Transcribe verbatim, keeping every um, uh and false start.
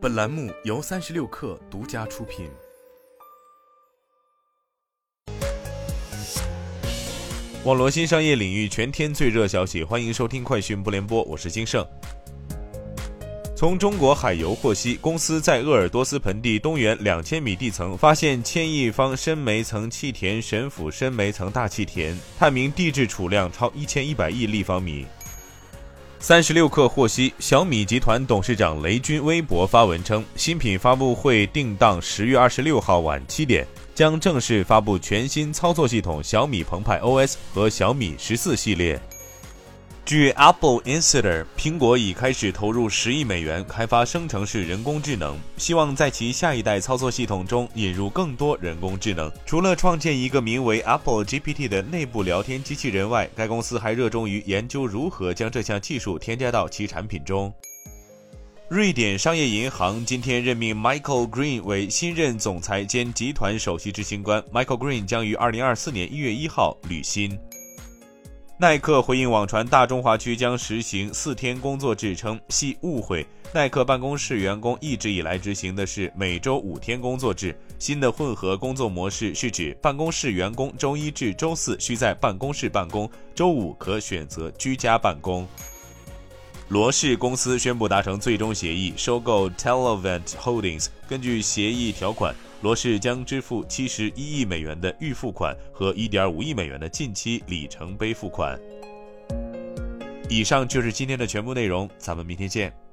本栏目由三十六氪独家出品。网络新商业领域全天最热消息，欢迎收听快讯不联播，我是金盛。从中国海油获悉，公司在鄂尔多斯盆地东缘两千米地层发现千亿方深煤层气田神府深煤层大气田，探明地质储量超一千一百亿立方米。三十六氪获悉，小米集团董事长雷军微博发文称，新品发布会定档十月二十六号晚七点，将正式发布全新操作系统小米澎湃 O S 和小米十四系列。据 Apple Insider， 苹果已开始投入十亿美元开发生成式人工智能，希望在其下一代操作系统中引入更多人工智能。除了创建一个名为 Apple G P T 的内部聊天机器人外，该公司还热衷于研究如何将这项技术添加到其产品中。瑞典商业银行今天任命 Michael Green 为新任总裁兼集团首席执行官， Michael Green 将于二零二四年一月一号履新。耐克回应网传大中华区将实行四天工作制称系误会，耐克办公室员工一直以来执行的是每周五天工作制，新的混合工作模式是指办公室员工周一至周四需在办公室办公，周五可选择居家办公。罗氏公司宣布达成最终协议，收购 Telavant Holdings。根据协议条款，罗氏将支付七十一亿美元的预付款和 一点五亿美元的近期里程碑付款。以上就是今天的全部内容，咱们明天见。